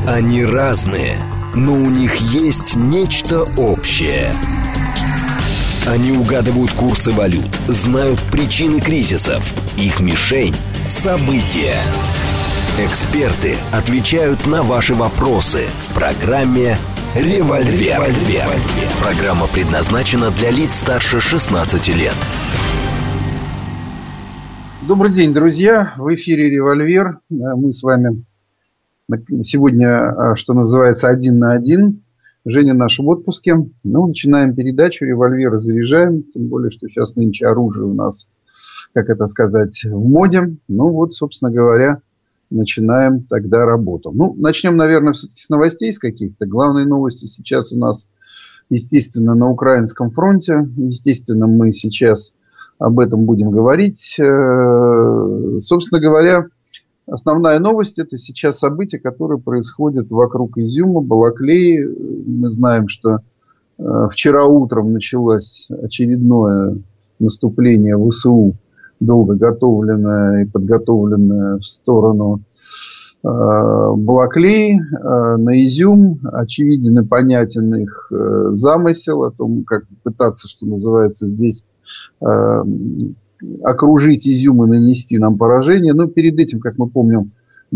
Они разные, но у них есть нечто общее. Они угадывают курсы валют, знают причины кризисов. Их мишень – события. Эксперты отвечают на ваши вопросы в программе «Револьвер». Программа предназначена для лиц старше 16 лет. Добрый день, друзья. В эфире «Револьвер». Мы с вами сегодня, что называется, 1 на 1. Женя наш в отпуске. Начинаем передачу, револьверы заряжаем. Тем более, что сейчас нынче оружие у нас, как это сказать, в моде. Собственно говоря, начинаем тогда работу. Начнем, наверное, все-таки с новостей, с каких-то. Главные новости сейчас у нас, естественно, на украинском фронте. Естественно, мы сейчас об этом будем говорить. Собственно говоря, основная новость – это сейчас события, которые происходят вокруг Изюма, Балаклеи. Мы знаем, что вчера утром началось очередное наступление ВСУ, долго готовленное и подготовленное в сторону Балаклеи на Изюм. Очевиден и понятен их замысел о том, как пытаться, что называется, здесь окружить Изюм и нанести нам поражение. Но перед этим, как мы помним,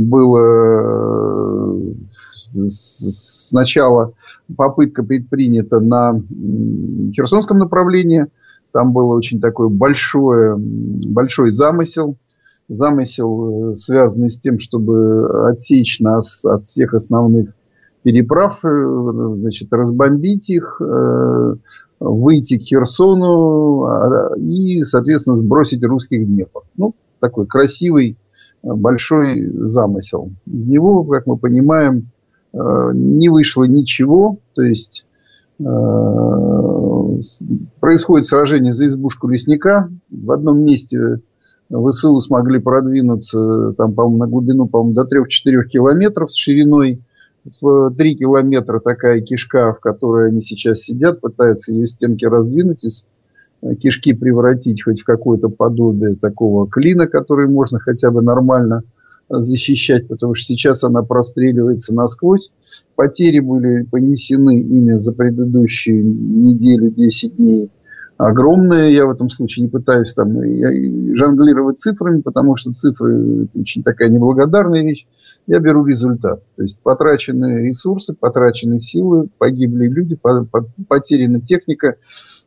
была сначала попытка предпринята на Херсонском направлении. Там был очень такой большой замысел. Замысел, связанный с тем, чтобы отсечь нас от всех основных переправ, разбомбить их, выйти к Херсону и, соответственно, сбросить русских в Днепр. Такой красивый, большой замысел. Из него, как мы понимаем, не вышло ничего. То есть происходит сражение за избушку лесника. В одном месте ВСУ смогли продвинуться там, по-моему, на глубину, до 3-4 километров с шириной в 3 километра такая кишка, в которой они сейчас сидят, пытаются ее стенки раздвинуть, из кишки превратить хоть в какое-то подобие такого клина, который можно хотя бы нормально защищать, потому что сейчас она простреливается насквозь. Потери были понесены ими за предыдущие неделю, 10 дней огромные. Я в этом случае не пытаюсь жонглировать цифрами, потому что цифры – это очень такая неблагодарная вещь. Я беру результат. То есть потраченные ресурсы, потраченные силы, погибли люди, потеряна техника.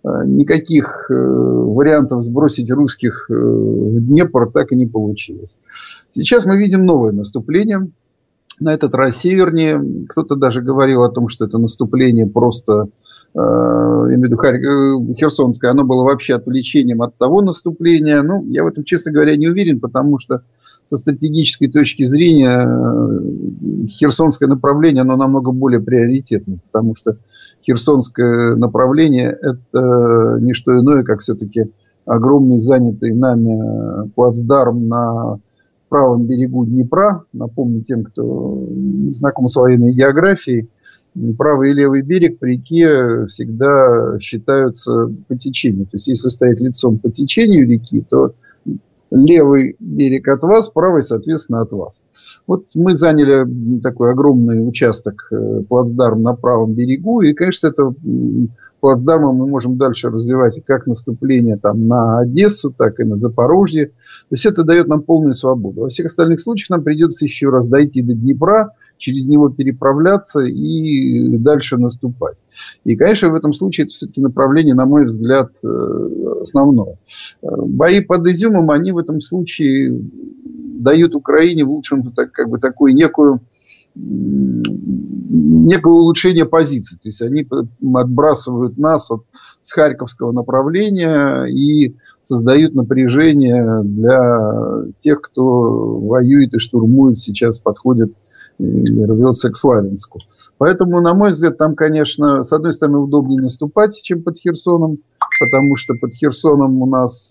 Никаких вариантов сбросить русских в Днепр так и не получилось. Сейчас мы видим новое наступление. На этот раз севернее. Кто-то даже говорил о том, что это наступление просто, я имею в виду Херсонское, оно было вообще отвлечением от того наступления. Я в этом, честно говоря, не уверен, потому что со стратегической точки зрения Херсонское направление, оно намного более приоритетно, потому что Херсонское направление – это не что иное, как все-таки огромный занятый нами плацдарм на правом берегу Днепра. Напомню тем, кто не знаком с военной географией, правый и левый берег по реке всегда считаются по течению. То есть, если стоять лицом по течению реки, то левый берег от вас, правый, соответственно, от вас. Мы заняли такой огромный участок, плацдарм на правом берегу. И, конечно, это плацдармом мы можем дальше развивать как наступление на Одессу, так и на Запорожье. То есть, это дает нам полную свободу. Во всех остальных случаях нам придется еще раз дойти до Днепра, через него переправляться и дальше наступать. И, конечно, в этом случае это все-таки направление, на мой взгляд, основное. Бои под Изюмом, они в этом случае дают Украине, в общем-то, такую некое улучшение позиций. То есть, они отбрасывают нас с Харьковского направления и создают напряжение для тех, кто воюет и штурмует, сейчас подходит или рвется к Славянску. Поэтому, на мой взгляд, там, конечно, с одной стороны, удобнее наступать, чем под Херсоном, потому что под Херсоном у нас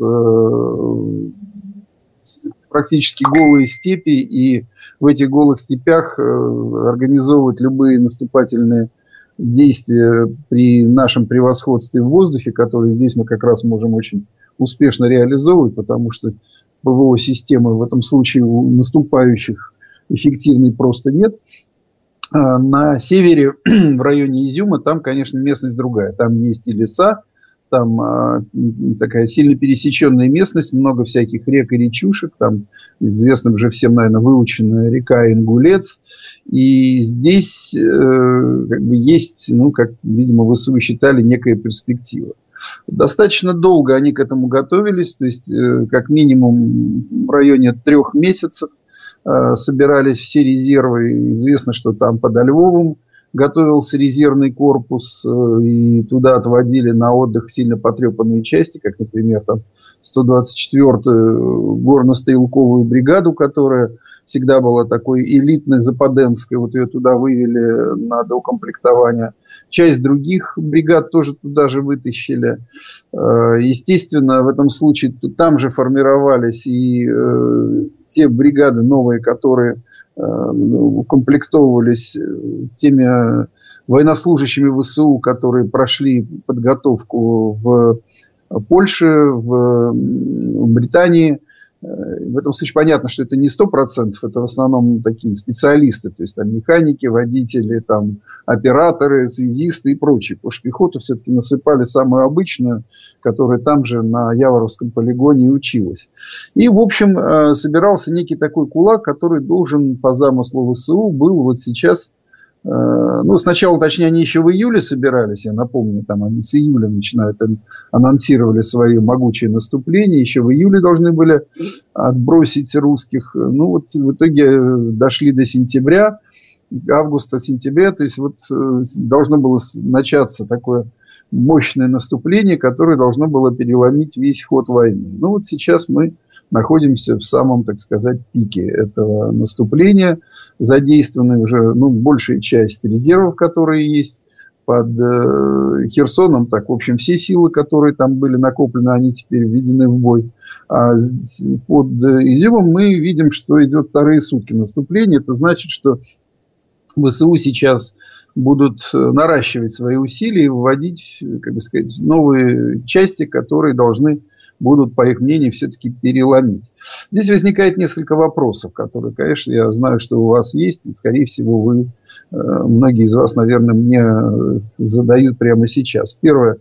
практически голые степи, и в этих голых степях организовывать любые наступательные действия при нашем превосходстве в воздухе, которые здесь мы как раз можем очень успешно реализовывать, потому что ПВО-системы в этом случае у наступающих эффективной просто нет. На севере, в районе Изюма, там, конечно, местность другая. Там есть и леса, там такая сильно пересеченная местность, много всяких рек и речушек. Там известна уже всем, наверное, выученная река Ингулец. И здесь как бы есть, ну, как, видимо, ВСУ считали, некая перспектива. Достаточно долго они к этому готовились, то есть как минимум в районе 3 месяцев собирались все резервы. Известно, что там под Львовом готовился резервный корпус, и туда отводили на отдых сильно потрепанные части, как, например, там 124-ю горно-стрелковую бригаду, которая всегда была такой элитной западенской. Вот ее туда вывели на доукомплектование. Часть других бригад тоже туда же вытащили. Естественно, в этом случае там же формировались и те бригады новые, которые укомплектовывались теми военнослужащими ВСУ, которые прошли подготовку в Польше, в Британии. В этом случае понятно, что это не 100%, это в основном такие специалисты, то есть там механики, водители, там, операторы, связисты и прочие. Потому что пехоту все-таки насыпали самую обычную, которая там же на Яворовском полигоне и училась. И, в общем, собирался некий такой кулак, который должен по замыслу ВСУ был вот сейчас. Ну, сначала, точнее, они еще в июле собирались, я напомню, там они с июля начинают, анонсировали свое могучее наступление, еще в июле должны были отбросить русских. Ну, вот в итоге дошли до сентября, августа-сентября, то есть вот должно было начаться такое мощное наступление, которое должно было переломить весь ход войны. Ну, вот сейчас мы находимся в самом, так сказать, пике этого наступления. Задействованы уже большая часть резервов, которые есть под Херсоном. Так, в общем, все силы, которые там были накоплены, они теперь введены в бой. А под Изюмом мы видим, что идет вторые сутки наступления. Это значит, что ВСУ сейчас будут наращивать свои усилия и вводить, как бы сказать, новые части, которые должны будут, по их мнению, все-таки переломить. Здесь возникает несколько вопросов, которые, конечно, я знаю, что у вас есть, и, скорее всего, многие из вас, наверное, мне задают прямо сейчас. Первое,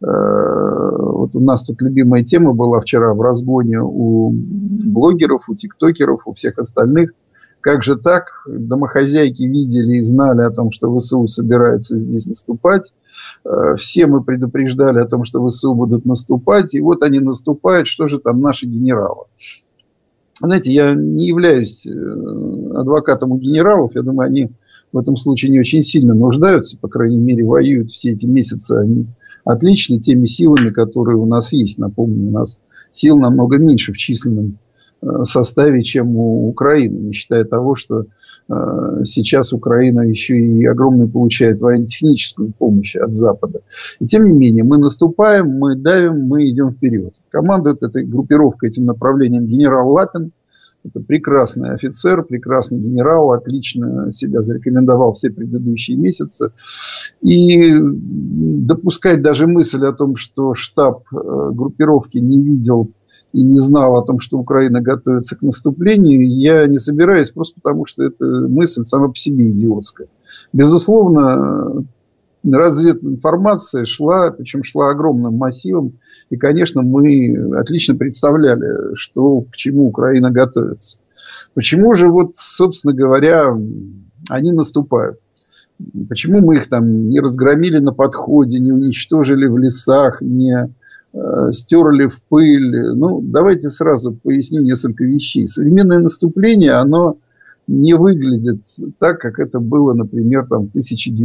вот у нас тут любимая тема была вчера в разгоне у блогеров, у тиктокеров, у всех остальных. Как же так? Домохозяйки видели и знали о том, что ВСУ собирается здесь наступать. Все мы предупреждали о том, что ВСУ будут наступать. И вот они наступают. Что же там наши генералы? Знаете, я не являюсь адвокатом у генералов. Я думаю, они в этом случае не очень сильно нуждаются. По крайней мере, воюют все эти месяцы они отлично теми силами, которые у нас есть. Напомню, у нас сил намного меньше в численном составе, чем у Украины, не считая того, что сейчас Украина еще и огромную получает военно-техническую помощь от Запада. И тем не менее, мы наступаем, мы давим, мы идем вперед. Командует этой группировкой, этим направлением генерал Лапин. Это прекрасный офицер, прекрасный генерал, отлично себя зарекомендовал все предыдущие месяцы. И допускать даже мысль о том, что штаб группировки не видел и не знал о том, что Украина готовится к наступлению, я не собираюсь, просто потому что эта мысль сама по себе идиотская. Безусловно, развединформация шла, причем шла огромным массивом, и, конечно, мы отлично представляли, что, к чему Украина готовится. Почему же, вот, собственно говоря, они наступают? Почему мы их там не разгромили на подходе, не уничтожили в лесах, не стерли в пыль? Ну, давайте сразу поясню несколько вещей. Современное наступление, оно не выглядит так, как это было, например, там, в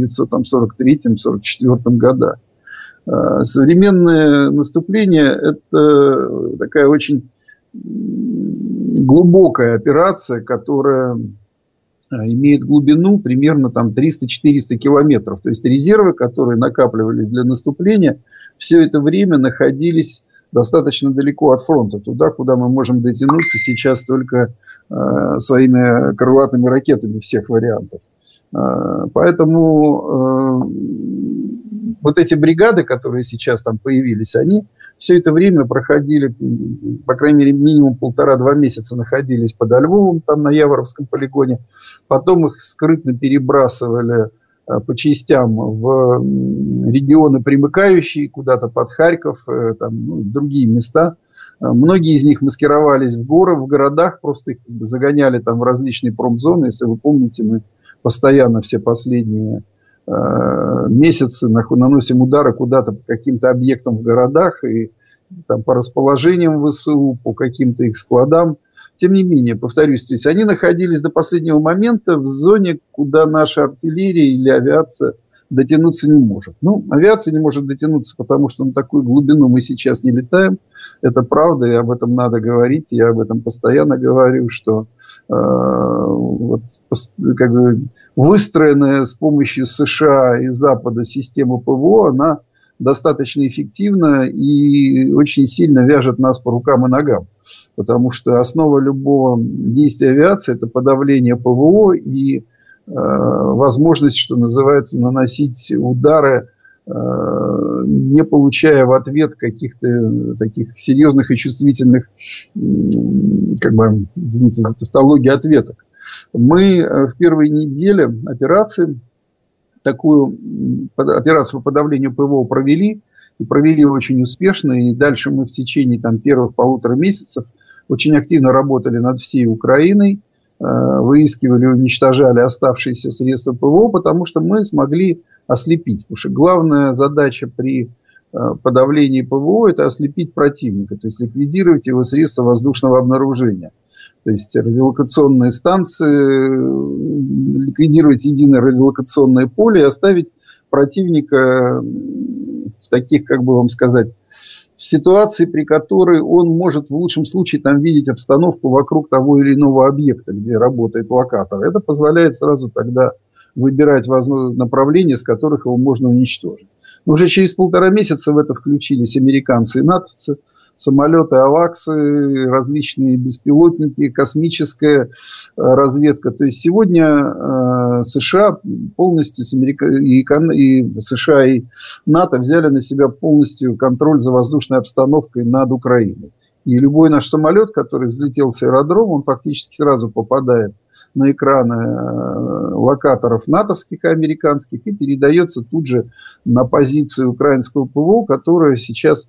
1943-1944 годах. Современное наступление – это такая очень глубокая операция, которая имеет глубину примерно там 300-400 километров. То есть резервы, которые накапливались для наступления, все это время находились достаточно далеко от фронта, туда, куда мы можем дотянуться сейчас только своими крылатыми ракетами всех вариантов. Поэтому вот эти бригады, которые сейчас там появились, они все это время проходили, по крайней мере, минимум 1,5-2 месяца находились под Львовом, там на Яворовском полигоне. Потом их скрытно перебрасывали по частям в регионы, примыкающие куда-то под Харьков, там, другие места. Многие из них маскировались в горы, в городах, просто их загоняли там в различные промзоны. Если вы помните, мы постоянно все последние месяцы наносим удары куда-то по каким-то объектам в городах и там, по расположениям ВСУ, по каким-то их складам. Тем не менее, повторюсь, то есть они находились до последнего момента в зоне, куда наша артиллерия или авиация дотянуться не может. Ну, авиация не может дотянуться, потому что на такую глубину мы сейчас не летаем. Это правда, и об этом надо говорить. Я об этом постоянно говорю, что вот, как бы выстроенная с помощью США и Запада система ПВО, она достаточно эффективна и очень сильно вяжет нас по рукам и ногам. Потому что основа любого действия авиации – это подавление ПВО и возможность, что называется, наносить удары, не получая в ответ каких-то таких серьезных и чувствительных, как бы, извините за тавтологию, ответок. Мы в первой неделе операции такую операцию по подавлению ПВО провели, и провели очень успешно, и дальше мы в течение там, первых 1,5 месяцев очень активно работали над всей Украиной, выискивали, уничтожали оставшиеся средства ПВО, потому что мы смогли ослепить. Потому что главная задача при подавлении ПВО – это ослепить противника, то есть ликвидировать его средства воздушного обнаружения. То есть радиолокационные станции, ликвидировать единое радиолокационное поле и оставить противника в таких, как бы вам сказать, в ситуации, при которой он может в лучшем случае там видеть обстановку вокруг того или иного объекта, где работает локатор. Это позволяет сразу тогда выбирать направления, с которых его можно уничтожить. Но уже через 1,5 месяца в это включились американцы и натовцы, самолеты, аваксы, различные беспилотники, космическая разведка. То есть сегодня США полностью и США и НАТО взяли на себя полностью контроль за воздушной обстановкой над Украиной. И любой наш самолет, который взлетел с аэродрома, он фактически сразу попадает на экраны локаторов натовских и американских и передается тут же на позиции украинского ПВО, которая сейчас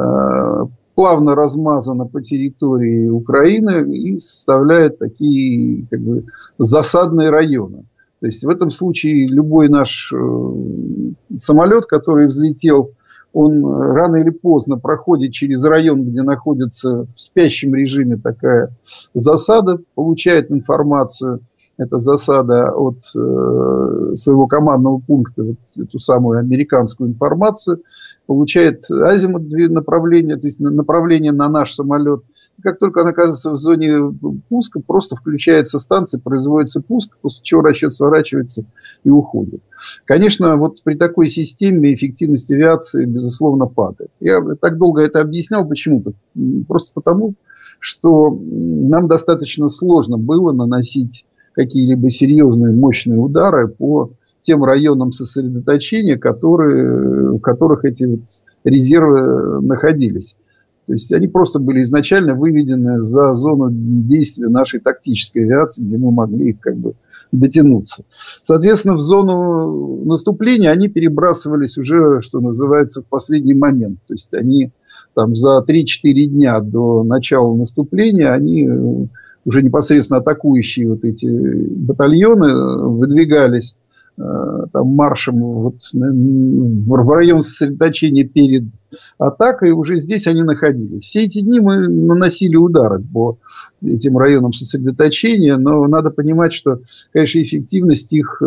плавно размазана по территории Украины и составляет такие, как бы, засадные районы. То есть в этом случае любой наш самолет, который взлетел, он рано или поздно проходит через район, где находится в спящем режиме такая засада, получает информацию, эта засада, от своего командного пункта, вот эту самую американскую информацию, получает азимут направления, то есть направление на наш самолет. И как только он оказывается в зоне пуска, просто включается станция, производится пуск, после чего расчет сворачивается и уходит. Конечно, вот при такой системе эффективность авиации, безусловно, падает. Я так долго это объяснял. Почему? Просто потому, что нам достаточно сложно было наносить какие-либо серьезные мощные удары по тем районам сосредоточения, в которых эти вот резервы находились. То есть они просто были изначально выведены за зону действия нашей тактической авиации, где мы могли их как бы дотянуться. Соответственно, в зону наступления они перебрасывались уже, что называется, в последний момент. То есть они там за 3-4 дня до начала наступления, они уже непосредственно атакующие вот эти батальоны выдвигались там, маршем вот, в район сосредоточения перед атакой, уже здесь они находились. Все эти дни мы наносили удары по этим районам сосредоточения, но надо понимать, что, конечно, эффективность их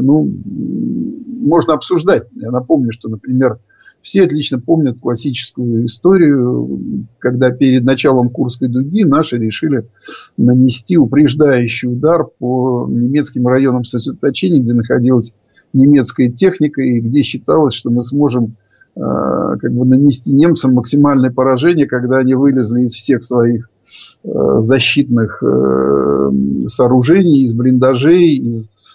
можно обсуждать. Я напомню, что, например, все отлично помнят классическую историю, когда перед началом Курской дуги наши решили нанести упреждающий удар по немецким районам сосредоточения, где находилась немецкая техника и где считалось, что мы сможем как бы нанести немцам максимальное поражение, когда они вылезли из всех своих защитных сооружений, из блиндажей, из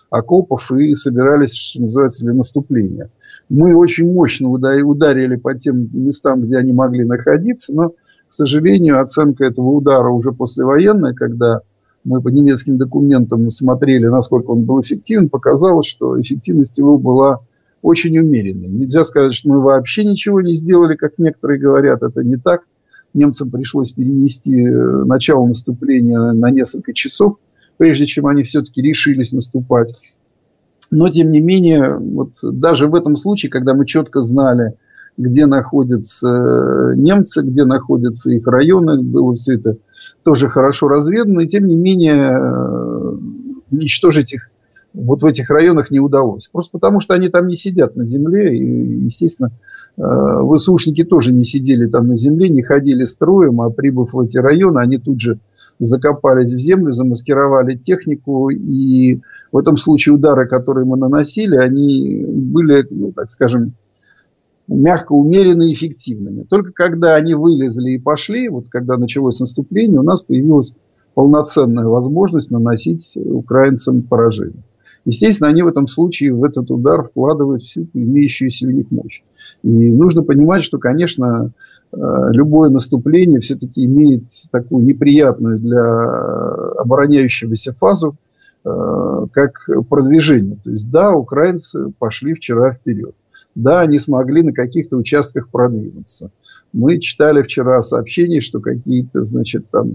окопов и собирались, что называется, для наступления. Мы очень мощно ударили по тем местам, где они могли находиться, но, к сожалению, оценка этого удара уже послевоенная, когда мы по немецким документам смотрели, насколько он был эффективен, показалось, что эффективность его была очень умеренной. Нельзя сказать, что мы вообще ничего не сделали, как некоторые говорят, это не так. Немцам пришлось перенести начало наступления на несколько часов, прежде чем они все-таки решились наступать. Но, тем не менее, вот даже в этом случае, когда мы четко знали, где находятся немцы, где находятся их районы, было все это тоже хорошо разведано, и тем не менее уничтожить их вот в этих районах не удалось. Просто потому, что они там не сидят на земле, и, естественно, ВСУшники тоже не сидели там на земле, не ходили строем, а прибыв в эти районы, они тут же закопались в землю, замаскировали технику, и в этом случае удары, которые мы наносили, они были, ну, так скажем, мягко умеренно эффективными. Только когда они вылезли и пошли, вот когда началось наступление, у нас появилась полноценная возможность наносить украинцам поражение. Естественно, они в этом случае в этот удар вкладывают всю имеющуюся у них мощь. И нужно понимать, что, конечно, любое наступление все-таки имеет такую неприятную для обороняющегося фазу, как продвижение. То есть, да, украинцы пошли вчера вперед. Да, они смогли на каких-то участках продвинуться. Мы читали вчера сообщения, что какие-то, значит, там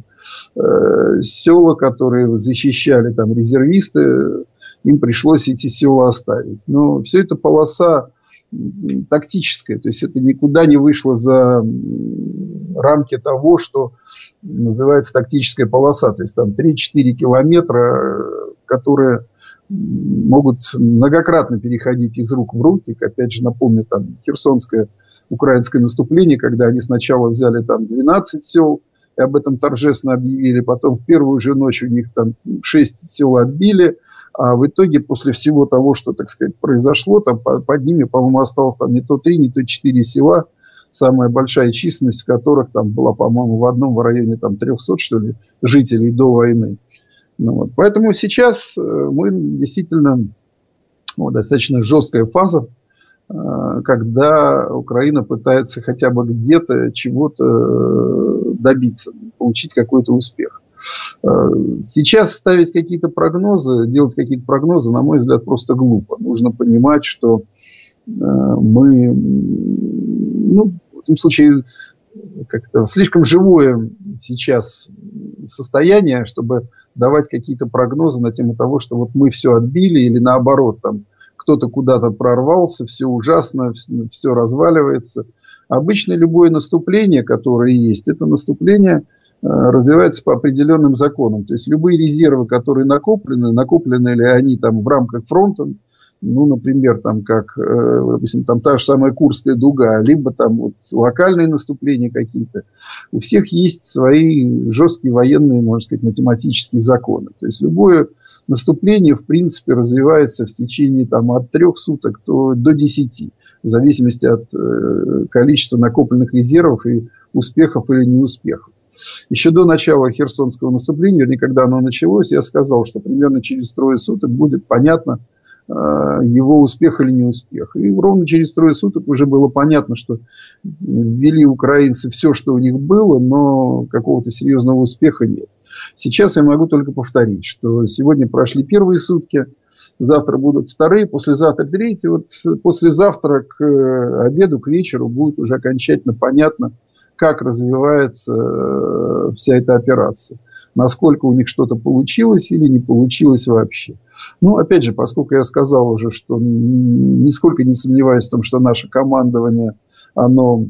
села, которые защищали там резервисты, им пришлось эти села оставить. Но все это полоса тактическая, то есть это никуда не вышло за рамки того, что называется тактическая полоса. То есть там 3-4 километра, которые могут многократно переходить из рук в руки. Опять же, напомню, там Херсонское украинское наступление, когда они сначала взяли там 12 сел, и об этом торжественно объявили, потом в первую же ночь у них там 6 сел отбили, а в итоге после всего того, что, так сказать, произошло, там под ними, по-моему, осталось там не то 3, не то 4 села, самая большая численность которых там была, по-моему, в одном в районе там 300, что ли, жителей до войны. Ну, вот. Поэтому сейчас мы действительно достаточно жесткая фаза, когда Украина пытается хотя бы где-то чего-то добиться, получить какой-то успех. Сейчас ставить какие-то прогнозы, делать какие-то прогнозы, на мой взгляд, просто глупо. Нужно понимать, что мы, в этом случае, как-то слишком живое сейчас состояние, чтобы давать какие-то прогнозы на тему того, что вот мы все отбили, или наоборот, там кто-то куда-то прорвался, все ужасно, все разваливается. Обычно любое наступление, которое есть, это наступление развивается по определенным законам. То есть любые резервы, которые накоплены ли они там в рамках фронта, например, там как, допустим, там та же самая Курская дуга, либо там вот локальные наступления какие-то, у всех есть свои жесткие военные, можно сказать, математические законы. То есть любое наступление, в принципе, развивается в течение там, от 3 суток до 10, в зависимости от количества накопленных резервов и успехов или неуспехов. Еще до начала Херсонского наступления, вернее, когда оно началось, я сказал, что примерно через 3 суток будет понятно его успех или неуспех. И ровно через 3 суток уже было понятно, что ввели украинцы все, что у них было, но какого-то серьезного успеха нет. Сейчас я могу только повторить, что сегодня прошли первые сутки, завтра будут вторые, послезавтра третьи. Вот послезавтра к обеду, к вечеру будет уже окончательно понятно, как развивается вся эта операция. Насколько у них что-то получилось или не получилось вообще. Опять же, поскольку я сказал уже, что нисколько не сомневаюсь в том, что наше командование, оно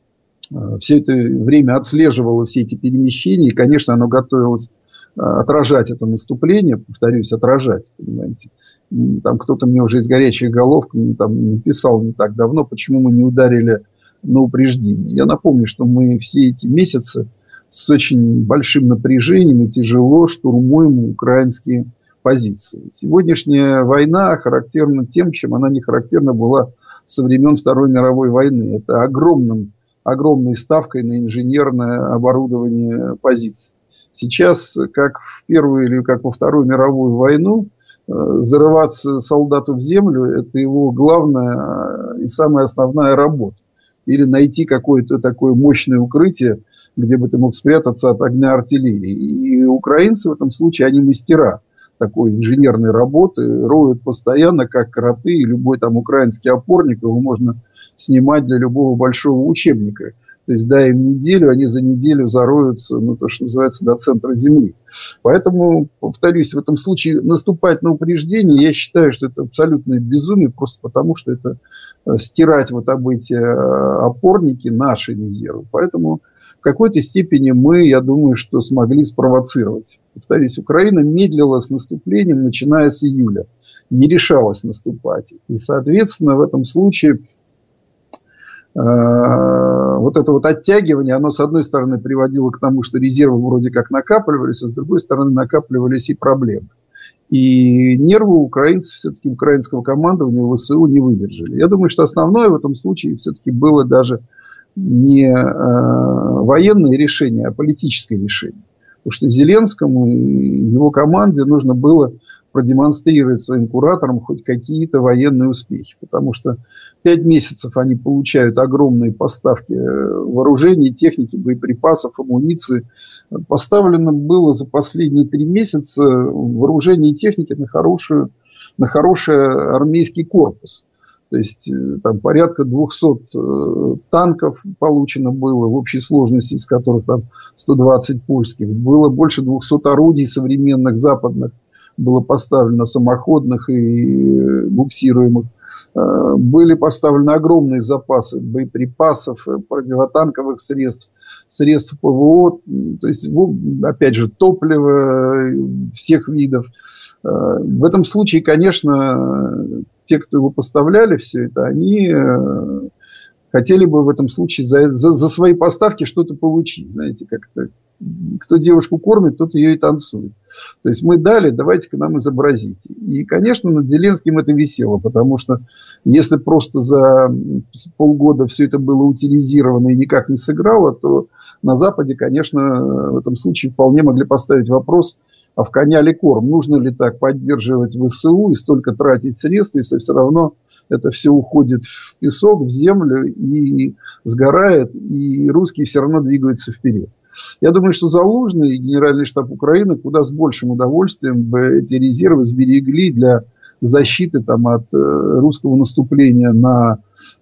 все это время отслеживало все эти перемещения, и, конечно, оно готовилось отражать это наступление, повторюсь, отражать, понимаете. Там кто-то мне уже из горячих голов там написал не так давно, почему мы не ударили на упреждение. Я напомню, что мы все эти месяцы с очень большим напряжением и тяжело штурмуем украинские позиции. Сегодняшняя война характерна тем, чем она не характерна была со времен Второй мировой войны. Это огромной ставкой на инженерное оборудование позиций. Сейчас, как в Первую или как во Вторую мировую войну, зарываться солдату в землю – это его главная и самая основная работа. Или найти какое-то такое мощное укрытие, где бы ты мог спрятаться от огня артиллерии. И украинцы в этом случае, они мастера такой инженерной работы, роют постоянно, как кроты, и любой там украинский опорник его можно снимать для любого большого учебника. То есть, дай им неделю, они за неделю зароются, ну, то, что называется, до центра земли. Поэтому, повторюсь, в этом случае наступать на упреждение, я считаю, что это абсолютное безумие, просто потому, что это стирать вот об эти опорники, наши резервы. Поэтому в какой-то степени мы, я думаю, что смогли спровоцировать. Повторюсь, Украина медлила с наступлением, начиная с июля. Не решалась наступать. И, соответственно, в этом случае вот это вот оттягивание, оно, с одной стороны, приводило к тому, что резервы вроде как накапливались, а с другой стороны, накапливались и проблемы. И нервы украинцев, все-таки украинского командования ВСУ не выдержали. Я думаю, что основное в этом случае все-таки было даже не военное решение, а политическое решение. Потому что Зеленскому и его команде нужно было продемонстрировать своим кураторам хоть какие-то военные успехи. Потому что 5 месяцев они получают огромные поставки вооружений, техники, боеприпасов, амуниции. Поставлено было за последние 3 месяца вооружение и техники на хороший армейский корпус. То есть там порядка 200 танков получено было в общей сложности, из которых там 120 польских. Было больше 200 орудий современных, западных. Было поставлено самоходных и буксируемых. Были поставлены огромные запасы боеприпасов, противотанковых средств, средств ПВО, то есть, опять же, топлива всех видов. В этом случае, конечно, те, кто его поставляли, все это, они хотели бы в этом случае за свои поставки что-то получить. Знаете, как-то кто девушку кормит, тот ее и танцует. То есть мы дали, давайте-ка нам изобразите. И, конечно, над Зеленским это висело, потому что если просто за полгода все это было утилизировано и никак не сыграло, то на Западе, конечно, в этом случае вполне могли поставить вопрос, а в коня ли корм? Нужно ли так поддерживать ВСУ и столько тратить средств, если все равно это все уходит в песок, в землю и сгорает, и русские все равно двигаются вперед. Я думаю, что Залужный и Генеральный штаб Украины куда с большим удовольствием бы эти резервы сберегли для защиты там, от русского наступления на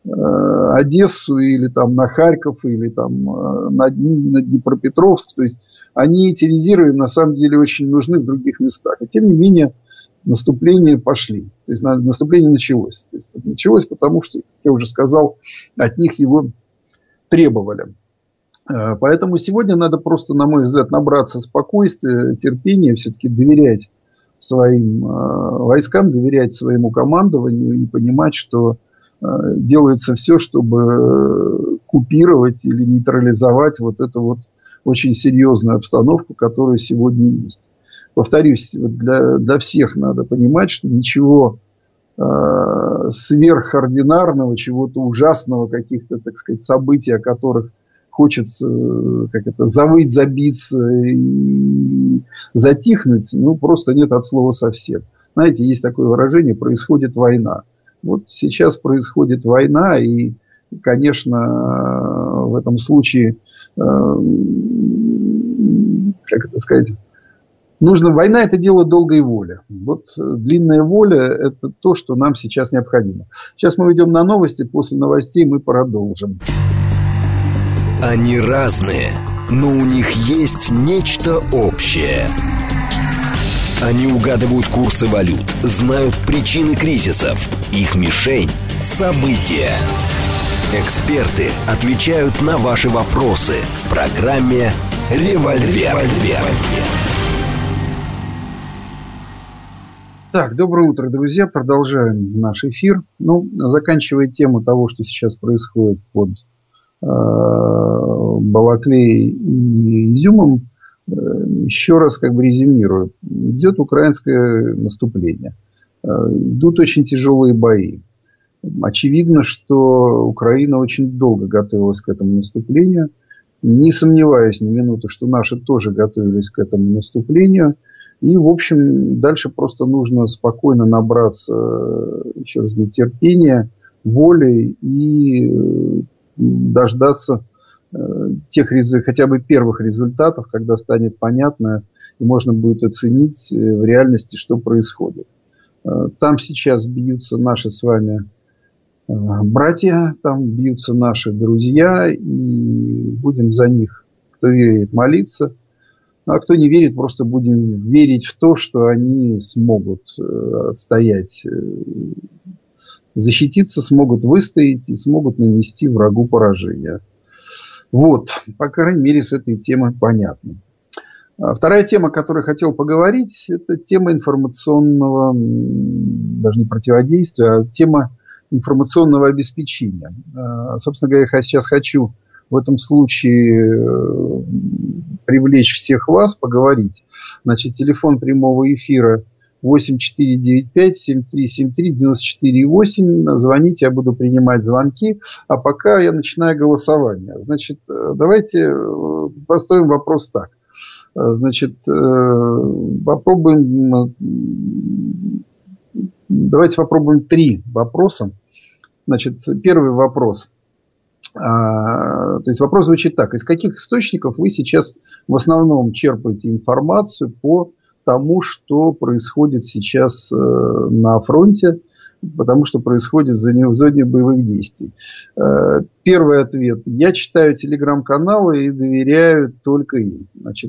Одессу или там, на Харьков или там, на Днепропетровск. То есть они, эти резервы, на самом деле очень нужны в других местах. И тем не менее наступления пошли. То есть наступление началось. То есть, началось потому, что, как я уже сказал, от них его требовали. Поэтому сегодня надо просто, на мой взгляд, набраться спокойствия, терпения, все-таки доверять своим войскам, доверять своему командованию и понимать, что делается все, чтобы купировать или нейтрализовать вот эту вот очень серьезную обстановку, которая сегодня есть. Повторюсь, для всех надо понимать, что ничего сверхординарного, чего-то ужасного, каких-то, так сказать, событий, о которых хочется завыть, забиться и затихнуть, ну, просто нет от слова совсем. Знаете, есть такое выражение: происходит война. Вот сейчас происходит война, и, конечно, в этом случае, война – это дело долгой воли. Вот длинная воля – это то, что нам сейчас необходимо. Сейчас мы уйдем на новости, после новостей мы продолжим. Они разные, но у них есть нечто общее. Они угадывают курсы валют, знают причины кризисов. Их мишень – события. Эксперты отвечают на ваши вопросы в программе «Револьвер». Так, доброе утро, друзья. Продолжаем наш эфир. Заканчивая тему того, что сейчас происходит под Балаклеей и Изюмом, еще раз резюмирую. Идет украинское наступление. Идут очень тяжелые бои. Очевидно, что Украина очень долго готовилась к этому наступлению. Не сомневаюсь ни минуты, что наши тоже готовились к этому наступлению. И, в общем, дальше просто нужно спокойно набраться, еще раз говорю, терпения, воли и дождаться тех хотя бы первых результатов, когда станет понятно и можно будет оценить в реальности, что происходит. Там сейчас бьются наши с вами братья, там бьются наши друзья, и будем за них, кто верит, молиться. А кто не верит, просто будем верить в то, что они смогут отстоять, защититься, смогут выстоять и смогут нанести врагу поражение. Вот, по крайней мере, с этой темой понятно. Вторая тема, о которой хотел поговорить, это тема информационного, даже не противодействия, а тема информационного обеспечения. Собственно говоря, я сейчас хочу в этом случае привлечь всех вас, поговорить. Значит, телефон прямого эфира 8495-7373-94,8. Звоните, я буду принимать звонки. А пока я начинаю голосование. Значит, давайте построим вопрос так. Значит, давайте попробуем 3 вопроса. Значит, первый вопрос. То есть вопрос звучит так. Из каких источников вы сейчас в основном черпаете информацию по тому, что происходит сейчас на фронте, потому что происходит в зоне боевых действий? Первый ответ. Я читаю телеграм-каналы и доверяю только им. Значит,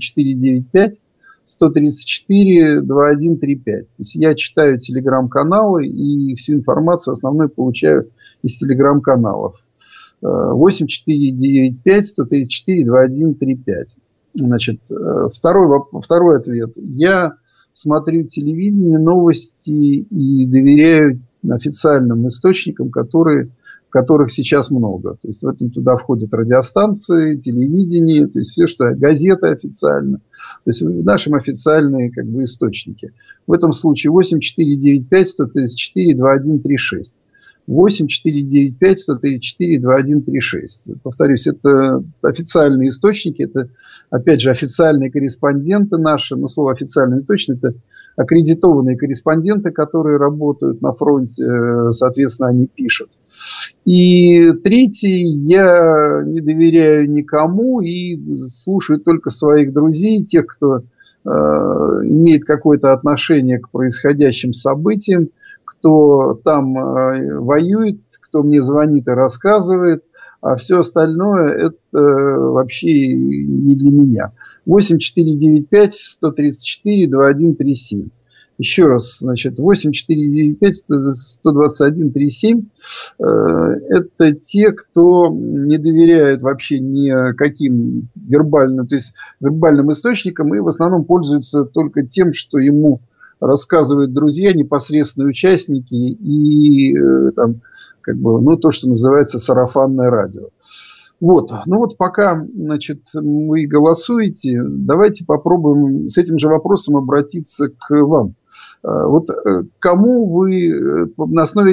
8495-134-2135. То есть я читаю телеграм-каналы и всю информацию основную получаю из телеграм-каналов. 8495-134-2135. Значит, второй ответ. Я смотрю телевидение, новости и доверяю официальным источникам, которых сейчас много. То есть в этом туда входят радиостанции, телевидение, то есть все, что газеты официально. То есть наши официальные источники. В этом случае 8495-134-2136. 8495-134-2136. Повторюсь, это официальные источники, это, опять же, официальные корреспонденты наши, но слово официальные точно, это аккредитованные корреспонденты, которые работают на фронте, соответственно, они пишут. И третий, я не доверяю никому и слушаю только своих друзей, тех, кто имеет какое-то отношение к происходящим событиям, кто там воюет, кто мне звонит и рассказывает, а все остальное это вообще не для меня. 8495-134-2137. Еще раз, значит, 8495-121-37. Это те, кто не доверяет вообще никаким вербальным источникам и в основном пользуется только тем, что ему рассказывают друзья, непосредственные участники и то, что называется сарафанное радио. Вот. Пока, значит, вы голосуете, давайте попробуем с этим же вопросом обратиться к вам. Вот кому вы, на основе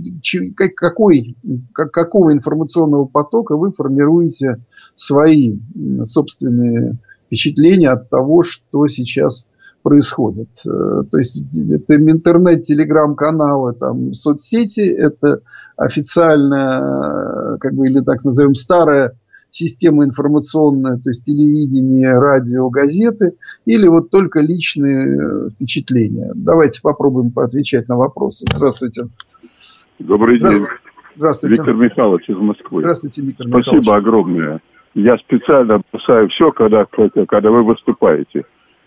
какого информационного потока вы формируете свои собственные впечатления от того, что сейчас происходит? То есть это интернет, телеграм-каналы, там, соцсети, это официальная, или так назовем, старая система информационная, то есть телевидение, радио, газеты, или вот только личные впечатления. Давайте попробуем поотвечать на вопросы. Здравствуйте. Добрый день. Здравствуйте. Виктор Михайлович из Москвы. Здравствуйте, Виктор Михайлович. Спасибо огромное. Я специально бросаю все, когда вы выступаете.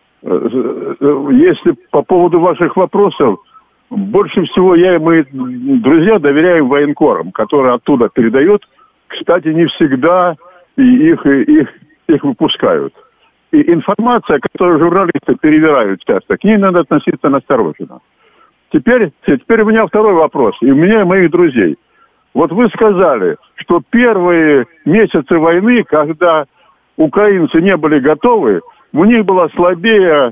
Если по поводу ваших вопросов, больше всего я и мои друзья доверяем военкорам, которые оттуда передают. Кстати, не всегда их выпускают. И информация, которую журналисты перевирают часто, к ней надо относиться настороженно. Теперь у меня второй вопрос, и у меня и моих друзей. Вот вы сказали, что первые месяцы войны, когда украинцы не были готовы, у них было слабее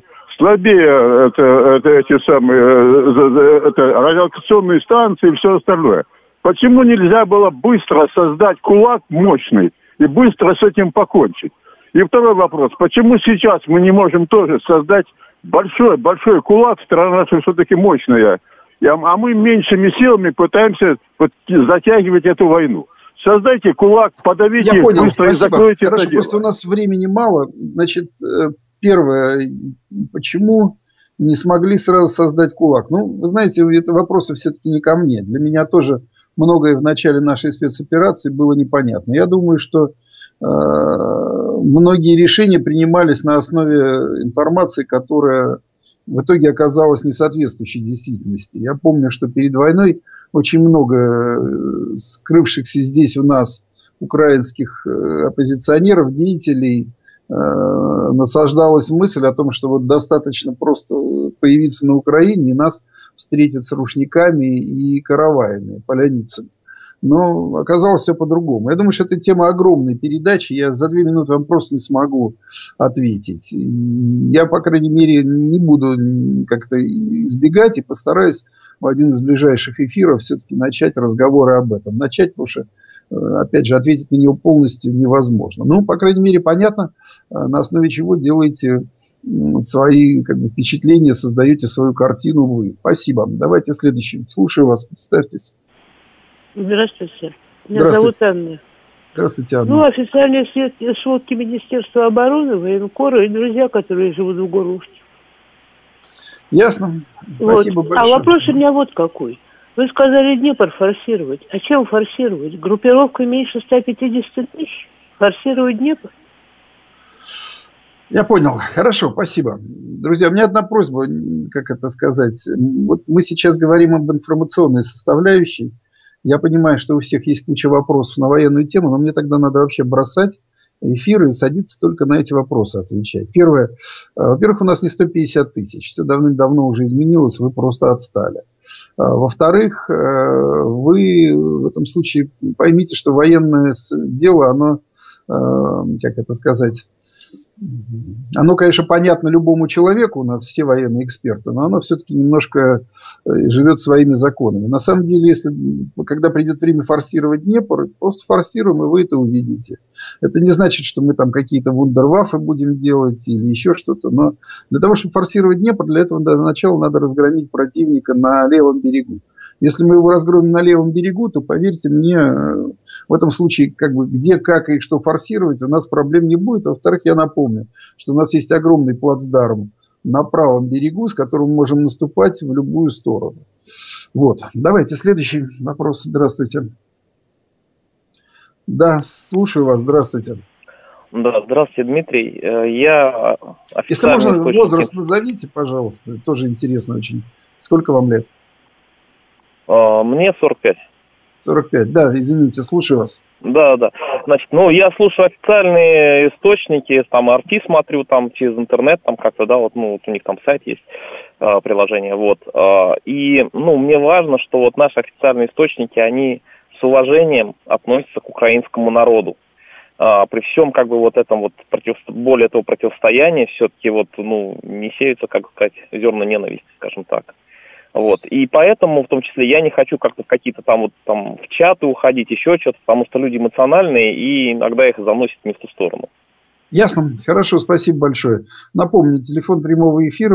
радиолокационные станции и все остальное. Почему нельзя было быстро создать кулак мощный и быстро с этим покончить? И второй вопрос. Почему сейчас мы не можем тоже создать большой кулак, страна все-таки мощная. А мы меньшими силами пытаемся затягивать эту войну. Создайте кулак, подавите их быстро и закройте это дело. Просто у нас времени мало. Значит, первое, почему не смогли сразу создать кулак? Ну, вы знаете, это вопросы все-таки не ко мне. Для меня тоже многое в начале нашей спецоперации было непонятно. Я думаю, что многие решения принимались на основе информации, которая в итоге оказалась не соответствующей действительности. Я помню, что перед войной очень много скрывшихся здесь у нас украинских оппозиционеров, деятелей, насаждалась мысль о том, что вот достаточно просто появиться на Украине, и нас встретят с рушниками и караваями, поляницами. Но оказалось все по-другому. Я думаю, что это тема огромной передачи. Я за 2 минуты вам просто не смогу ответить. Я, по крайней мере, не буду как-то избегать и постараюсь в один из ближайших эфиров все-таки начать разговоры об этом. Начать, потому что, опять же, ответить на него полностью невозможно. Ну, по крайней мере, понятно, на основе чего делаете свои впечатления, создаете свою картину вы. Спасибо. Давайте следующий. Слушаю вас. Представьтесь. Здравствуйте. Меня зовут Анна. Здравствуйте, Анна. Ну, официальные сводки Министерства обороны, военкора и друзья, которые живут в Горловке. Ясно. Спасибо большое. А вопрос у меня вот какой. Вы сказали Днепр форсировать. А чем форсировать? Группировка меньше 150 тысяч? Форсировать Днепр? Я понял. Хорошо, спасибо. Друзья, у меня одна просьба, как это сказать. Вот мы сейчас говорим об информационной составляющей. Я понимаю, что у всех есть куча вопросов на военную тему, но мне тогда надо вообще бросать эфиры и садиться только на эти вопросы отвечать. Первое. Во-первых, у нас не 150 тысяч. Все давным-давно уже изменилось, вы просто отстали. Во-вторых, вы в этом случае поймите, что военное дело, оно, как это сказать, оно, конечно, понятно любому человеку, у нас все военные эксперты, но оно все-таки немножко живет своими законами. На самом деле, когда придет время форсировать Днепр, просто форсируем, и вы это увидите. Это не значит, что мы там какие-то вундерваффе будем делать или еще что-то, но для того, чтобы форсировать Днепр, для этого для начала надо разгромить противника на левом берегу. Если мы его разгромим на левом берегу, то, поверьте мне, в этом случае, где, как и что форсировать, у нас проблем не будет. Во-вторых, я напомню, что у нас есть огромный плацдарм на правом берегу, с которым мы можем наступать в любую сторону. Вот. Давайте следующий вопрос. Здравствуйте. Да, слушаю вас. Здравствуйте. Да, здравствуйте, Дмитрий. Я Если можно, возраст назовите, пожалуйста. Тоже интересно очень. Сколько вам лет? Мне 45. 45, да, извините, слушаю вас. Да. Значит, я слушаю официальные источники, там, RT смотрю, там, через интернет, там, как-то, да, вот у них там сайт есть, приложение, вот. И, мне важно, что вот наши официальные источники, они с уважением относятся к украинскому народу. При всем, вот этом вот более этого противостояния, все-таки не сеются, зерна ненависти, скажем так. Вот. И поэтому, в том числе, я не хочу как-то в какие-то там в чаты уходить, еще что-то, потому что люди эмоциональные, и иногда их заносят не в ту сторону. Ясно. Хорошо, спасибо большое. Напомню, телефон прямого эфира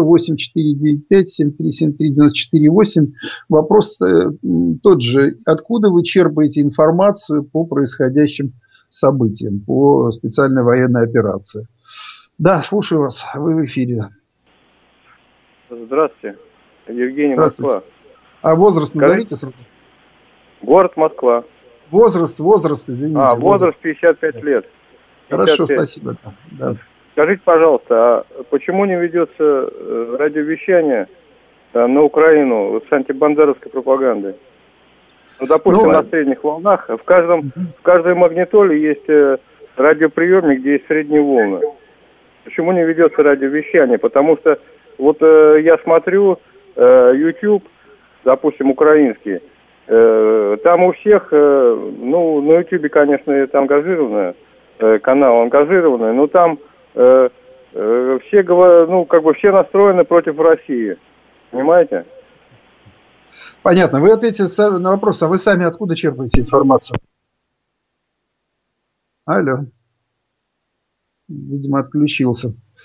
8495-7373-94-8. Вопрос тот же. Откуда вы черпаете информацию по происходящим событиям, по специальной военной операции? Да, слушаю вас. Вы в эфире. Здравствуйте. Евгений, Москва. А возраст назовите сразу? Город Москва. Возраст, извините. Возраст 55 лет. 55. Хорошо, спасибо. Да. Скажите, пожалуйста, а почему не ведется радиовещание на Украину с антибандеровской пропагандой? Допустим, на средних волнах. В каждой магнитоле есть радиоприемник, где есть средние волны. Почему не ведется радиовещание? Потому что я смотрю YouTube, допустим, украинский, там у всех, на YouTube, конечно, это ангажированное, канал ангажированный, но там все говорят, все настроены против России, понимаете? Понятно. Вы ответите на вопрос, а вы сами откуда черпаете информацию? Алло. Видимо, отключился.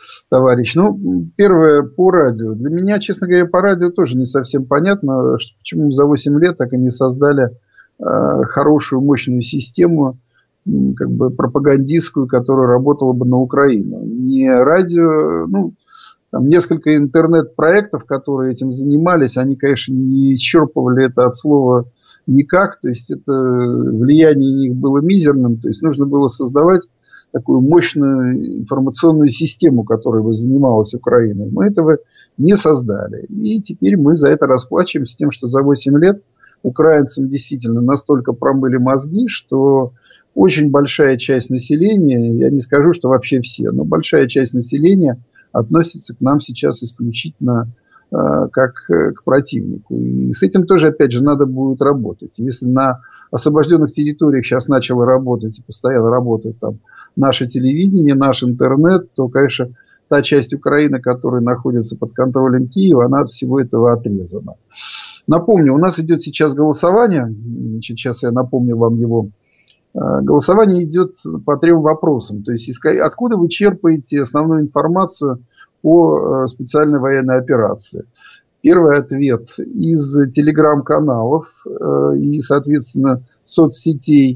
товарищ. Ну, первое по радио. Для меня, честно говоря, по радио тоже не совсем понятно, почему за 8 лет так и не создали хорошую, мощную систему, как бы пропагандистскую, которая работала бы на Украину. Не радио, ну, там несколько интернет-проектов, которые этим занимались, они, конечно, не исчерпывали это от слова никак, то есть это влияние на них было мизерным, то есть нужно было создавать такую мощную информационную систему, которой бы занималась Украина. Мы этого не создали. И теперь мы за это расплачиваемся тем, что за 8 лет украинцам действительно настолько промыли мозги, что очень большая часть населения, я не скажу, что вообще все, но большая часть населения относится к нам сейчас исключительно как к противнику. И с этим тоже, опять же, надо будет работать. Если на освобожденных территориях сейчас начало работать и постоянно работает там наше телевидение, наш интернет, то, конечно, та часть Украины, которая находится под контролем Киева, она от всего этого отрезана. Напомню, у нас идет сейчас голосование. Сейчас я напомню вам его. Голосование идет по 3 вопросам. То есть, откуда вы черпаете основную информацию по специальной военной операции? Первый ответ из телеграм-каналов и, соответственно, соцсетей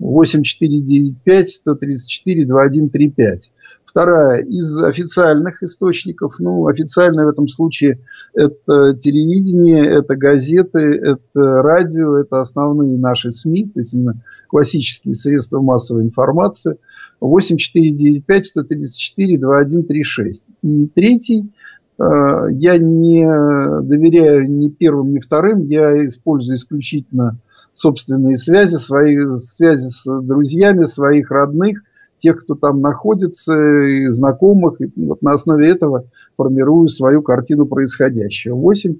8495-134-2135. Вторая из официальных источников. Ну, официальные в этом случае это телевидение, это газеты, это радио, это основные наши СМИ, то есть именно классические средства массовой информации. 8495-134-2136. И третий, я не доверяю ни первым, ни вторым, я использую исключительно собственные связи, свои связи с друзьями, своих родных, тех, кто там находится, и знакомых. И вот на основе этого формирую свою картину происходящего.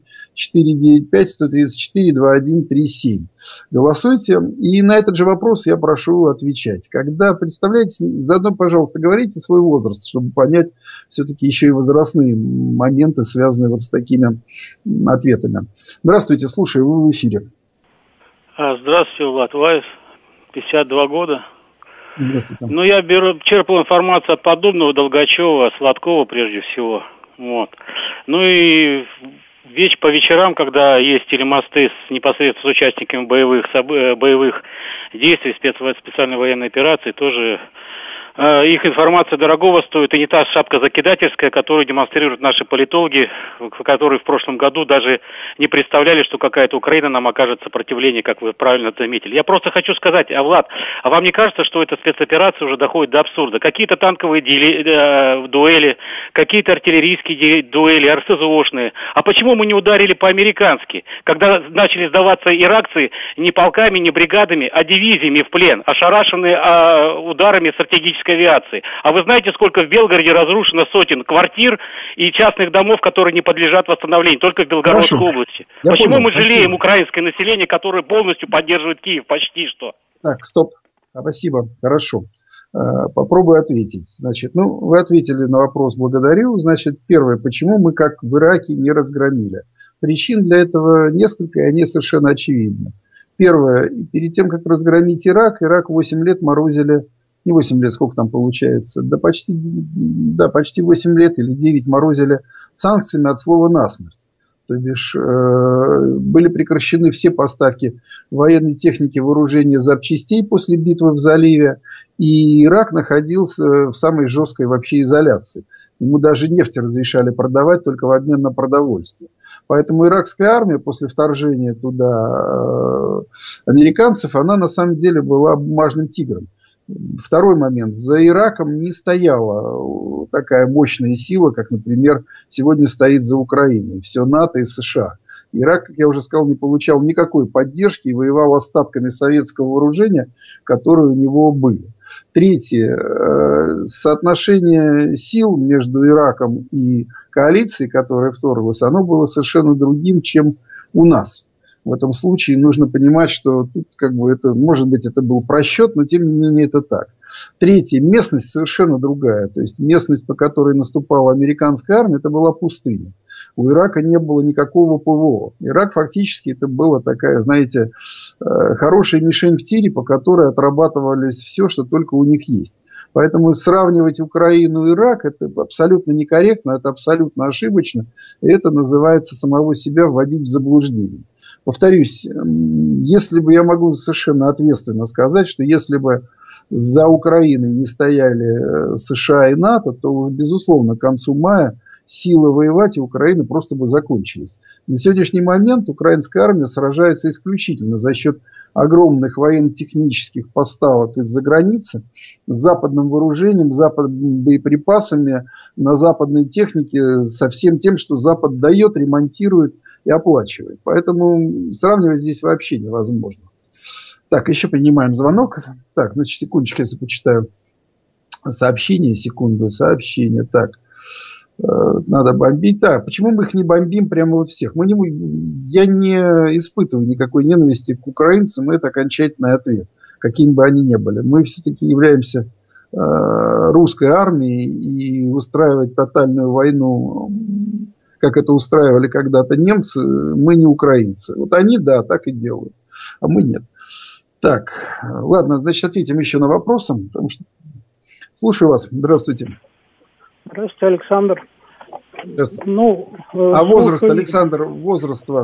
8-495-134-2137. Голосуйте. И на этот же вопрос я прошу отвечать. Когда представляете, заодно, пожалуйста, говорите свой возраст, чтобы понять все-таки еще и возрастные моменты, связанные вот с такими ответами. Здравствуйте, слушаю, вы в эфире. Здравствуйте, Влад Вайс, 52 года. Здравствуйте. Ну, я черпал информацию от Подобного, Долгачева, Сладкова прежде всего. Вот. Ну и по вечерам, когда есть телемосты непосредственно с участниками боевых действий, специальной военной операции, тоже их информация дорогого стоит, и не та шапка закидательская, которую демонстрируют наши политологи, которые в прошлом году даже не представляли, что какая-то Украина нам окажет сопротивление, как вы правильно заметили. Я просто хочу сказать, Влад, а вам не кажется, что эта спецоперация уже доходит до абсурда? Какие-то танковые дуэли, какие-то артиллерийские дуэли, РСЗОшные. А почему мы не ударили по-американски, когда начали сдаваться иракцы не полками, не бригадами, а дивизиями в плен, ошарашенные ударами стратегической авиации? А вы знаете, сколько в Белгороде разрушено сотен квартир и частных домов, которые не подлежат восстановлению, только в Белгородской области? Почему мы жалеем украинское население, которое полностью поддерживает Киев? Почти что. Так, стоп. Спасибо. Хорошо. Попробую ответить. Значит, вы ответили на вопрос, благодарю. Значит, первое, почему мы, как в Ираке, не разгромили? Причин для этого несколько, и они совершенно очевидны. Первое, перед тем, как разгромить Ирак 8 лет морозили, не 8 лет, сколько там получается, почти 8 лет или 9 морозили санкциями от слова насмерть. То бишь, были прекращены все поставки военной техники, вооружения, запчастей после битвы в заливе, и Ирак находился в самой жесткой вообще изоляции. Ему даже нефть разрешали продавать только в обмен на продовольствие. Поэтому иракская армия после вторжения туда американцев, она на самом деле была бумажным тигром. Второй момент. За Ираком не стояла такая мощная сила, как, например, сегодня стоит за Украиной. Все НАТО и США. Ирак, как я уже сказал, не получал никакой поддержки и воевал остатками советского вооружения, которые у него были. Третье. Соотношение сил между Ираком и коалицией, которая вторглась, оно было совершенно другим, чем у нас. В этом случае нужно понимать, что тут это, может быть, это был просчет, но тем не менее это так. Третье. Местность совершенно другая. То есть местность, по которой наступала американская армия, это была пустыня. У Ирака не было никакого ПВО. Ирак фактически это была такая, знаете, хорошая мишень в тире, по которой отрабатывались все, что только у них есть. Поэтому сравнивать Украину и Ирак это абсолютно некорректно, это абсолютно ошибочно. И это называется самого себя вводить в заблуждение. Повторюсь, если бы я могу совершенно ответственно сказать, что если бы за Украиной не стояли США и НАТО, то, безусловно, к концу мая силы воевать и Украины просто бы закончились. На сегодняшний момент украинская армия сражается исключительно за счет огромных военно-технических поставок из-за границы, с западным вооружением, западными боеприпасами, на западной технике, со всем тем, что Запад дает, ремонтирует и оплачивает. Поэтому сравнивать здесь вообще невозможно. Так, еще принимаем звонок. Так, значит, секундочку, я почитаю сообщение, секунду, сообщение. Так, надо бомбить. Так, почему мы их не бомбим прямо вот всех? Я не испытываю никакой ненависти к украинцам, это окончательный ответ, какими бы они ни были. Мы все-таки являемся русской армией, и устраивать тотальную войну, как это устраивали когда-то немцы, мы не украинцы. Вот они, да, так и делают, а мы нет. Так, ладно, значит, ответим еще на вопросы, потому что... Слушаю вас. Здравствуйте. Здравствуйте, Александр. Здравствуйте. Возраст, Александр, возраст ваш?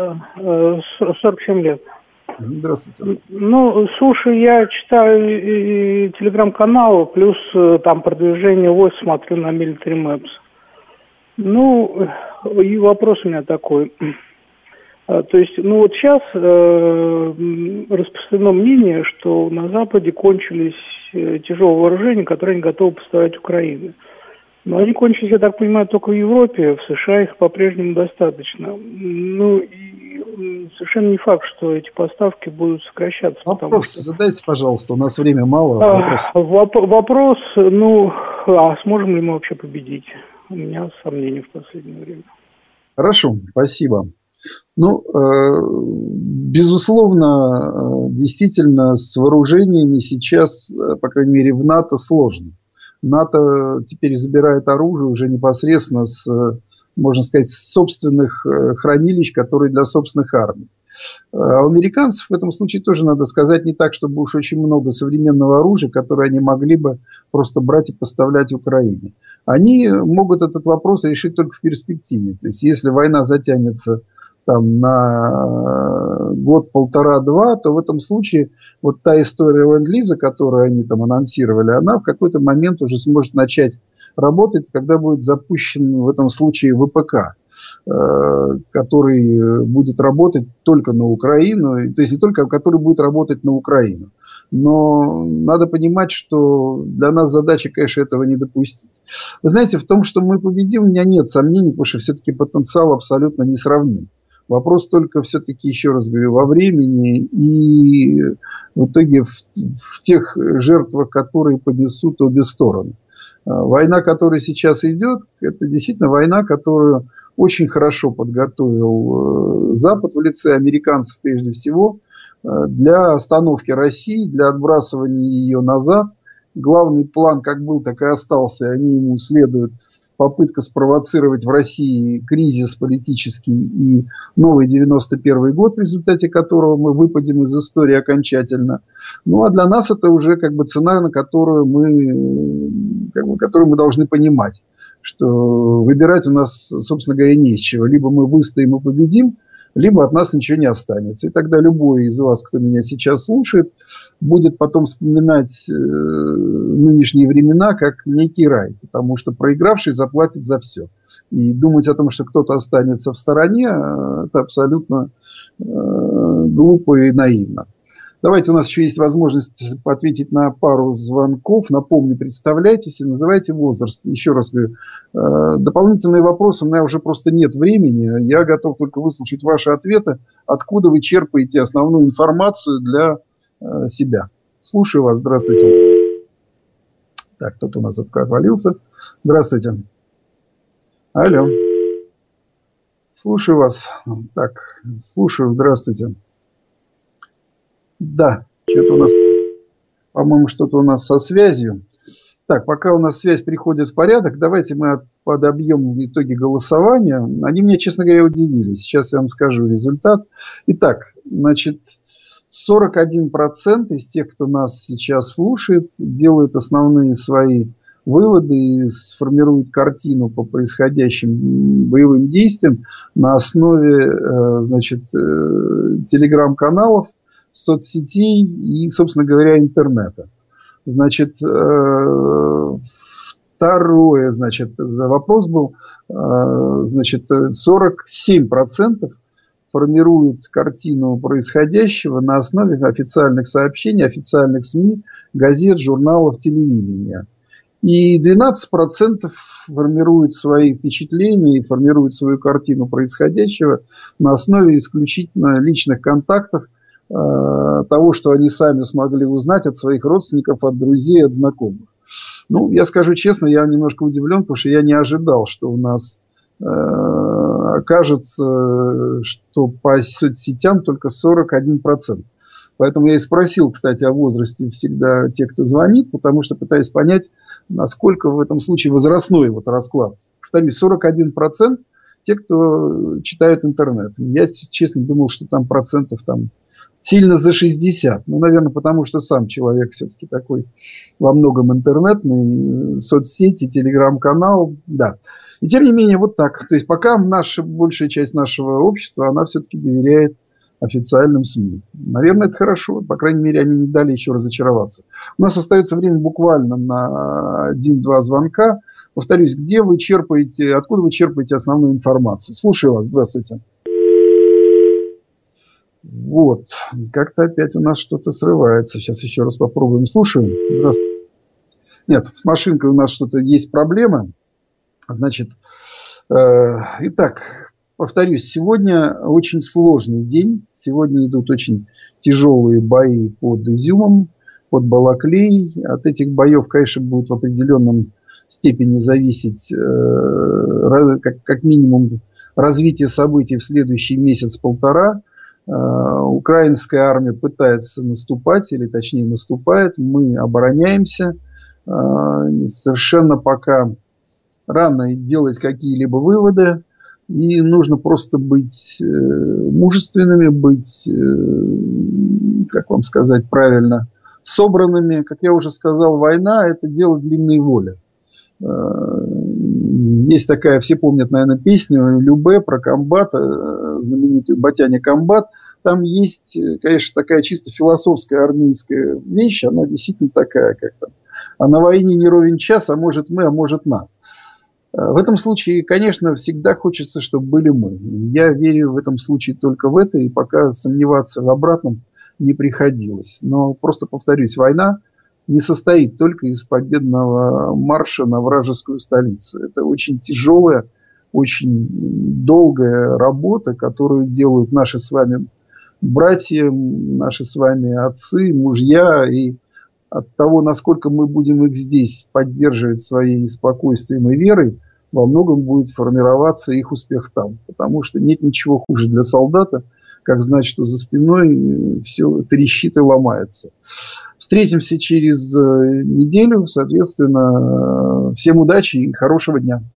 47 лет. Здравствуйте. Слушай, я читаю телеграм-канал, плюс там продвижение войск смотрю на Military Maps. И вопрос у меня такой. То есть, вот сейчас распространено мнение, что на Западе кончились тяжелые вооружения, которые они готовы поставлять Украине. Но они кончились, я так понимаю, только в Европе, в США их по-прежнему достаточно. И совершенно не факт, что эти поставки будут сокращаться. Вопрос задайте, пожалуйста, у нас время мало. Вопрос, сможем ли мы вообще победить? У меня сомнения в последнее время. Хорошо, спасибо. Безусловно, действительно, с вооружениями сейчас, по крайней мере, в НАТО сложно. НАТО теперь забирает оружие уже непосредственно можно сказать, с собственных хранилищ, которые для собственных армий. А у американцев в этом случае тоже, надо сказать, не так, чтобы уж очень много современного оружия, которое они могли бы просто брать и поставлять Украине. Они могут этот вопрос решить только в перспективе. То есть, если война затянется на год, полтора, два, то в этом случае вот та история ленд-лиза, которую они там анонсировали, она в какой-то момент уже сможет начать работать, когда будет запущен в этом случае ВПК, который будет работать только на Украину, то есть не только, который будет работать на Украину. Но надо понимать, что для нас задача, конечно, этого не допустить. Вы знаете, в том, что мы победим, у меня нет сомнений, потому что все-таки потенциал абсолютно несравним. Вопрос только все-таки, еще раз говорю, во времени и в итоге в тех жертвах, которые понесут обе стороны. Война, которая сейчас идет, это действительно война, которую очень хорошо подготовил Запад в лице американцев прежде всего для остановки России, для отбрасывания ее назад. Главный план как был, так и остался, они ему следуют. Попытка спровоцировать в России кризис политический и новый 91 год, в результате которого мы выпадем из истории окончательно. А для нас это уже цена, на которую мы должны понимать, что выбирать у нас, собственно говоря, не из чего. Либо мы выстоим и победим, либо от нас ничего не останется. И тогда любой из вас, кто меня сейчас слушает, будет потом вспоминать нынешние времена как некий рай. Потому что проигравший заплатит за все. И думать о том, что кто-то останется в стороне, это абсолютно глупо и наивно. Давайте, у нас еще есть возможность ответить на пару звонков. Напомню, представляйтесь и называйте возраст. Еще раз говорю, дополнительные вопросы, у меня уже просто нет времени. Я готов только выслушать ваши ответы. Откуда вы черпаете основную информацию для себя? Слушаю вас. Здравствуйте. Так, кто-то у нас отвалился. Здравствуйте. Алло. Слушаю вас. Так, слушаю. Здравствуйте. Да, что-то у нас, по-моему, что-то у нас со связью. Так, пока у нас связь приходит в порядок, давайте мы подобьем итоги голосования. Они меня, честно говоря, удивили. Сейчас я вам скажу результат. Итак, значит, 41% из тех, кто нас сейчас слушает, делают основные свои выводы и сформируют картину по происходящим боевым действиям на основе, значит, телеграм-каналов, соцсетей и, собственно говоря, интернета. Значит, второе, значит, вопрос был, значит, 47% формируют картину происходящего на основе официальных сообщений, официальных СМИ, газет, журналов, телевидения. И 12% формируют свои впечатления и формируют свою картину происходящего на основе исключительно личных контактов, того, что они сами смогли узнать от своих родственников, от друзей, от знакомых. Ну, я скажу честно, я немножко удивлен, потому что я не ожидал, что у нас окажется, что по соцсетям только 41%. Поэтому я и спросил, кстати, о возрасте всегда тех, кто звонит, потому что пытаюсь понять, насколько в этом случае возрастной вот расклад. Повторюсь, 41% те, кто читает интернет. Я, честно, думал, что там процентов там сильно за 60. Ну, наверное, потому что сам человек все-таки такой во многом интернетный, соцсети, телеграм-канал, да. И тем не менее, вот так. То есть пока большая часть нашего общества, она все-таки доверяет официальным СМИ. Наверное, это хорошо. По крайней мере, они не дали еще разочароваться. У нас остается время буквально на 1-2 звонка. Повторюсь, откуда вы черпаете основную информацию? Слушаю вас. Здравствуйте. Вот. Как-то опять у нас что-то срывается. Сейчас еще раз попробуем. Слушаем. Здравствуйте. Нет, с машинкой у нас что-то есть проблемы. Значит, итак, повторюсь, сегодня очень сложный день. Сегодня идут очень тяжелые бои под Изюмом, под Балаклеей. От этих боев, конечно, будет в определенном степени зависеть как минимум развитие событий в следующий месяц-полтора. Украинская армия пытается наступать, или точнее наступает. Мы обороняемся. Совершенно пока рано делать какие-либо выводы. И нужно просто быть мужественными, быть, как вам сказать правильно, собранными. Как я уже сказал, война – это дело длинной воли. Есть такая, все помнят, наверное, песню Любе про комбата, знаменитую «Батяня комбат». Там есть, конечно, такая чисто философская армейская вещь. Она действительно такая, как там. А на войне не ровен час, а может мы, а может нас. В этом случае, конечно, всегда хочется, чтобы были мы. Я верю в этом случае только в это, и пока сомневаться в обратном не приходилось. Но просто повторюсь, война не состоит только из победного марша на вражескую столицу. Это очень тяжелая, очень долгая работа, которую делают наши с вами братья, наши с вами отцы, мужья. И от того, насколько мы будем их здесь поддерживать своим спокойствием и верой, во многом будет формироваться их успех там. Потому что нет ничего хуже для солдата, как знать, что за спиной все трещит и ломается. Встретимся через неделю. Соответственно, всем удачи и хорошего дня.